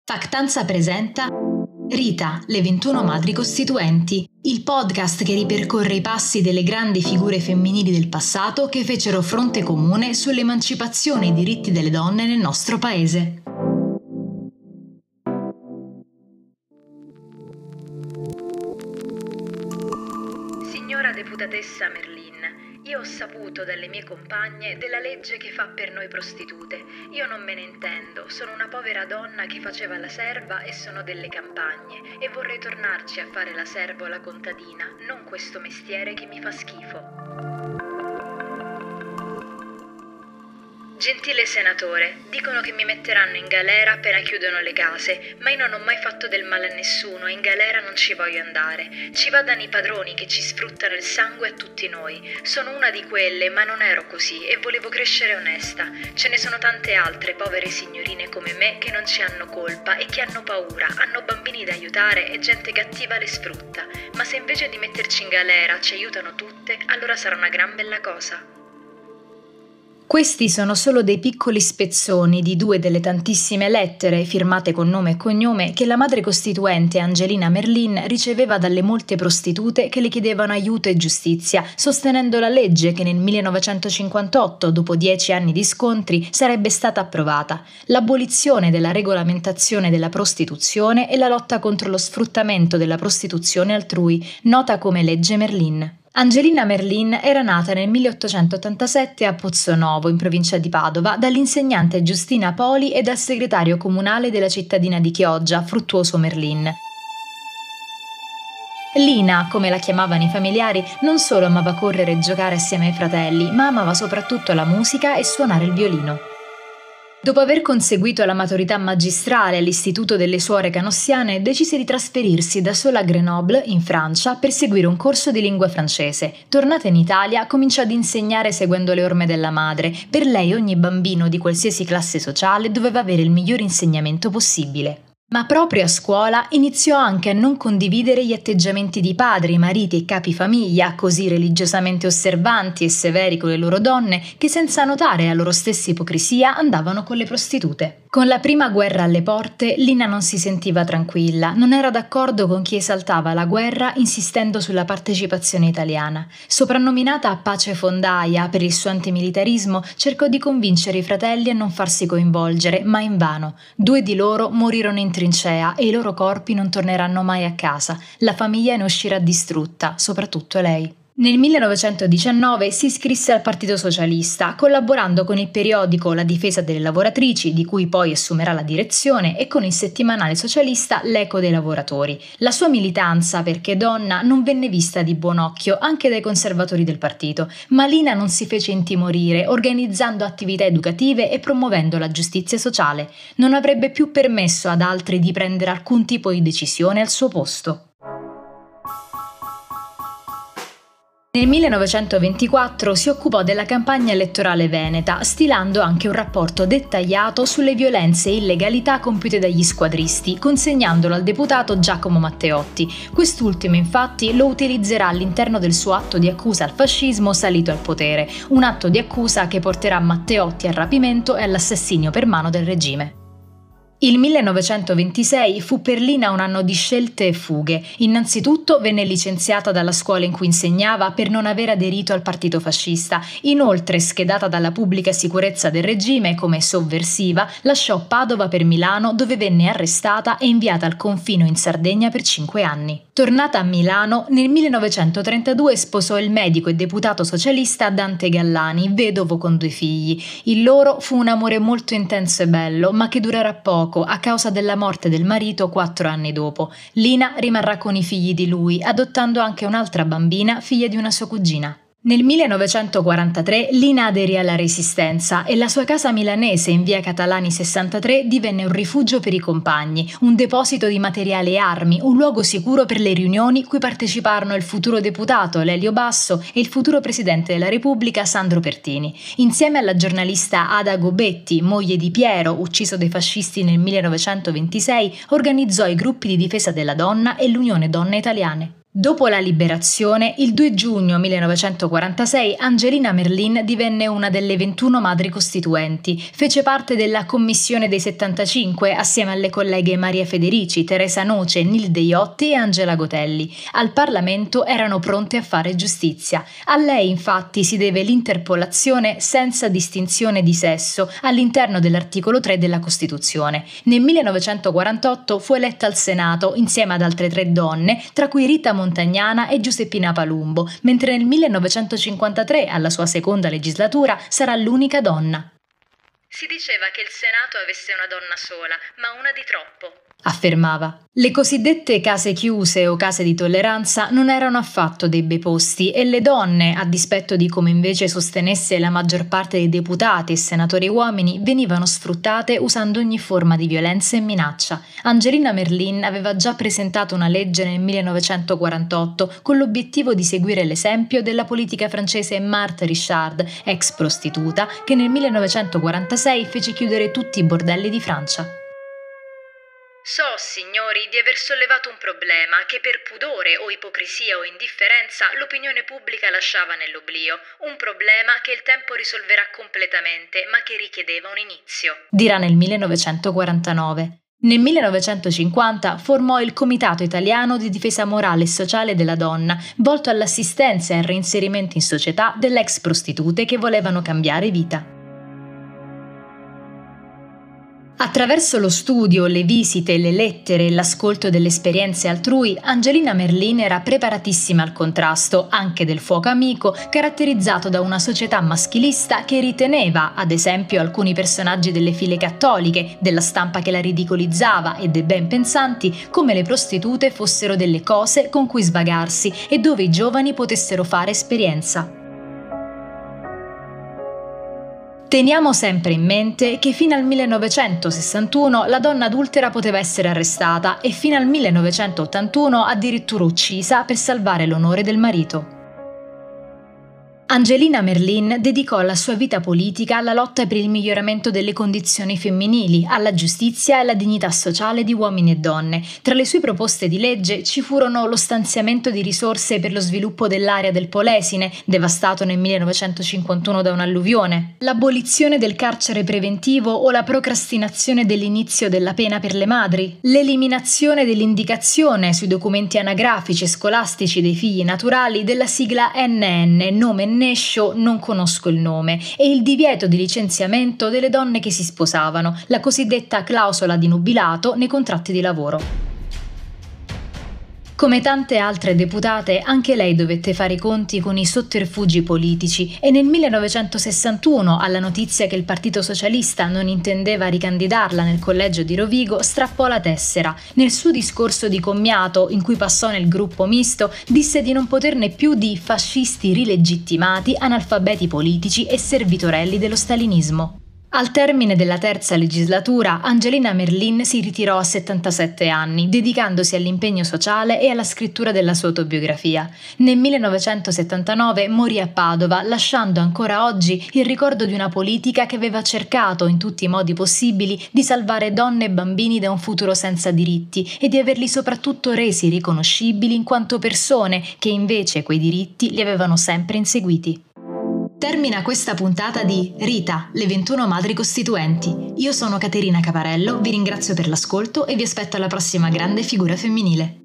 Factanza presenta Rita, le 21 madri costituenti, il podcast che ripercorre i passi delle grandi figure femminili del passato che fecero fronte comune sull'emancipazione e i diritti delle donne nel nostro paese. Signora deputatessa Merlin, io ho saputo dalle mie compagne della legge che fa per noi prostitute. Io non me ne intendo, sono una povera donna che faceva la serva e sono delle campagne e vorrei tornarci a fare la serva o la contadina, non questo mestiere che mi fa schifo. Gentile senatore, dicono che mi metteranno in galera appena chiudono le case, ma io non ho mai fatto del male a nessuno e in galera non ci voglio andare. Ci vadano i padroni che ci sfruttano il sangue a tutti noi. Sono una di quelle, ma non ero così e volevo crescere onesta. Ce ne sono tante altre povere signorine come me che non ci hanno colpa e che hanno paura, hanno bambini da aiutare e gente cattiva le sfrutta. Ma se invece di metterci in galera ci aiutano tutte, allora sarà una gran bella cosa. Questi sono solo dei piccoli spezzoni di due delle tantissime lettere, firmate con nome e cognome, che la madre costituente Angelina Merlin riceveva dalle molte prostitute che le chiedevano aiuto e giustizia, sostenendo la legge che nel 1958, dopo 10 anni di scontri, sarebbe stata approvata: l'abolizione della regolamentazione della prostituzione e la lotta contro lo sfruttamento della prostituzione altrui, nota come legge Merlin. Angelina Merlin era nata nel 1887 a Pozzonovo, in provincia di Padova, dall'insegnante Giustina Poli e dal segretario comunale della cittadina di Chioggia, Fruttuoso Merlin. Lina, come la chiamavano i familiari, non solo amava correre e giocare assieme ai fratelli, ma amava soprattutto la musica e suonare il violino. Dopo aver conseguito la maturità magistrale all'Istituto delle Suore Canossiane, decise di trasferirsi da sola a Grenoble, in Francia, per seguire un corso di lingua francese. Tornata in Italia, cominciò ad insegnare seguendo le orme della madre. Per lei ogni bambino di qualsiasi classe sociale doveva avere il miglior insegnamento possibile. Ma proprio a scuola iniziò anche a non condividere gli atteggiamenti di padri, mariti e capi famiglia, così religiosamente osservanti e severi con le loro donne, che senza notare la loro stessa ipocrisia andavano con le prostitute. Con la prima guerra alle porte, Lina non si sentiva tranquilla, non era d'accordo con chi esaltava la guerra insistendo sulla partecipazione italiana. Soprannominata Pace Fondaia per il suo antimilitarismo, cercò di convincere i fratelli a non farsi coinvolgere, ma invano. 2 di loro morirono in trincea e i loro corpi non torneranno mai a casa. La famiglia ne uscirà distrutta, soprattutto lei. Nel 1919 si iscrisse al Partito Socialista, collaborando con il periodico La Difesa delle Lavoratrici, di cui poi assumerà la direzione, e con il settimanale socialista L'Eco dei Lavoratori. La sua militanza, perché donna, non venne vista di buon occhio anche dai conservatori del partito, ma Lina non si fece intimorire, organizzando attività educative e promuovendo la giustizia sociale. Non avrebbe più permesso ad altri di prendere alcun tipo di decisione al suo posto. Nel 1924 si occupò della campagna elettorale veneta, stilando anche un rapporto dettagliato sulle violenze e illegalità compiute dagli squadristi, consegnandolo al deputato Giacomo Matteotti. Quest'ultimo, infatti, lo utilizzerà all'interno del suo atto di accusa al fascismo salito al potere, un atto di accusa che porterà Matteotti al rapimento e all'assassinio per mano del regime. Il 1926 fu per Lina un anno di scelte e fughe. Innanzitutto venne licenziata dalla scuola in cui insegnava per non aver aderito al partito fascista. Inoltre, schedata dalla pubblica sicurezza del regime come sovversiva, lasciò Padova per Milano, dove venne arrestata e inviata al confino in Sardegna per 5 anni. Tornata a Milano, nel 1932 sposò il medico e deputato socialista Dante Gallani, vedovo con 2 figli. Il loro fu un amore molto intenso e bello, ma che durerà poco a causa della morte del marito 4 anni dopo. Lina rimarrà con i figli di lui, adottando anche un'altra bambina, figlia di una sua cugina. Nel 1943 Lina aderì alla Resistenza e la sua casa milanese in via Catalani 63 divenne un rifugio per i compagni, un deposito di materiale e armi, un luogo sicuro per le riunioni cui parteciparono il futuro deputato Lelio Basso e il futuro presidente della Repubblica Sandro Pertini. Insieme alla giornalista Ada Gobetti, moglie di Piero, ucciso dai fascisti nel 1926, organizzò i gruppi di difesa della donna e l'Unione Donne Italiane. Dopo la liberazione, il 2 giugno 1946 Angelina Merlin divenne una delle 21 madri costituenti. Fece parte della Commissione dei 75 assieme alle colleghe Maria Federici, Teresa Noce, Nilde Iotti e Angela Gotelli. Al Parlamento erano pronte a fare giustizia. A lei infatti si deve l'interpolazione senza distinzione di sesso all'interno dell'articolo 3 della Costituzione. Nel 1948 fu eletta al Senato insieme ad altre 3 donne, tra cui Rita Montagnana e Giuseppina Palumbo, mentre nel 1953, alla sua seconda legislatura, sarà l'unica donna. Si diceva che il Senato avesse una donna sola, ma una di troppo, affermava. Le cosiddette case chiuse o case di tolleranza non erano affatto dei bei posti e le donne, a dispetto di come invece sostenesse la maggior parte dei deputati e senatori uomini, venivano sfruttate usando ogni forma di violenza e minaccia. Angelina Merlin aveva già presentato una legge nel 1948 con l'obiettivo di seguire l'esempio della politica francese Marthe Richard, ex prostituta, che nel 1946 fece chiudere tutti i bordelli di Francia. So, signori, di aver sollevato un problema che per pudore o ipocrisia o indifferenza l'opinione pubblica lasciava nell'oblio. Un problema che il tempo risolverà completamente, ma che richiedeva un inizio. Dirà nel 1949. Nel 1950 formò il Comitato Italiano di Difesa Morale e Sociale della Donna, volto all'assistenza e al reinserimento in società delle ex prostitute che volevano cambiare vita. Attraverso lo studio, le visite, le lettere e l'ascolto delle esperienze altrui, Angelina Merlin era preparatissima al contrasto, anche del fuoco amico, caratterizzato da una società maschilista che riteneva, ad esempio, alcuni personaggi delle file cattoliche, della stampa che la ridicolizzava e dei ben pensanti, come le prostitute fossero delle cose con cui svagarsi e dove i giovani potessero fare esperienza. Teniamo sempre in mente che fino al 1961 la donna adultera poteva essere arrestata e fino al 1981 addirittura uccisa per salvare l'onore del marito. Angelina Merlin dedicò la sua vita politica alla lotta per il miglioramento delle condizioni femminili, alla giustizia e alla dignità sociale di uomini e donne. Tra le sue proposte di legge ci furono lo stanziamento di risorse per lo sviluppo dell'area del Polesine, devastato nel 1951 da un'alluvione, l'abolizione del carcere preventivo o la procrastinazione dell'inizio della pena per le madri, l'eliminazione dell'indicazione sui documenti anagrafici e scolastici dei figli naturali della sigla NN, nome Nescio non conosco il nome, e il divieto di licenziamento delle donne che si sposavano, la cosiddetta clausola di nubilato nei contratti di lavoro. Come tante altre deputate, anche lei dovette fare i conti con i sotterfugi politici e nel 1961, alla notizia che il Partito Socialista non intendeva ricandidarla nel collegio di Rovigo, strappò la tessera. Nel suo discorso di commiato, in cui passò nel gruppo misto, disse di non poterne più di fascisti rilegittimati, analfabeti politici e servitorelli dello stalinismo. Al termine della terza legislatura, Angelina Merlin si ritirò a 77 anni, dedicandosi all'impegno sociale e alla scrittura della sua autobiografia. Nel 1979 morì a Padova, lasciando ancora oggi il ricordo di una politica che aveva cercato in tutti i modi possibili di salvare donne e bambini da un futuro senza diritti e di averli soprattutto resi riconoscibili in quanto persone che invece quei diritti li avevano sempre inseguiti. Termina questa puntata di Rita, le 21 madri costituenti. Io sono Caterina Caparello, vi ringrazio per l'ascolto e vi aspetto alla prossima grande figura femminile.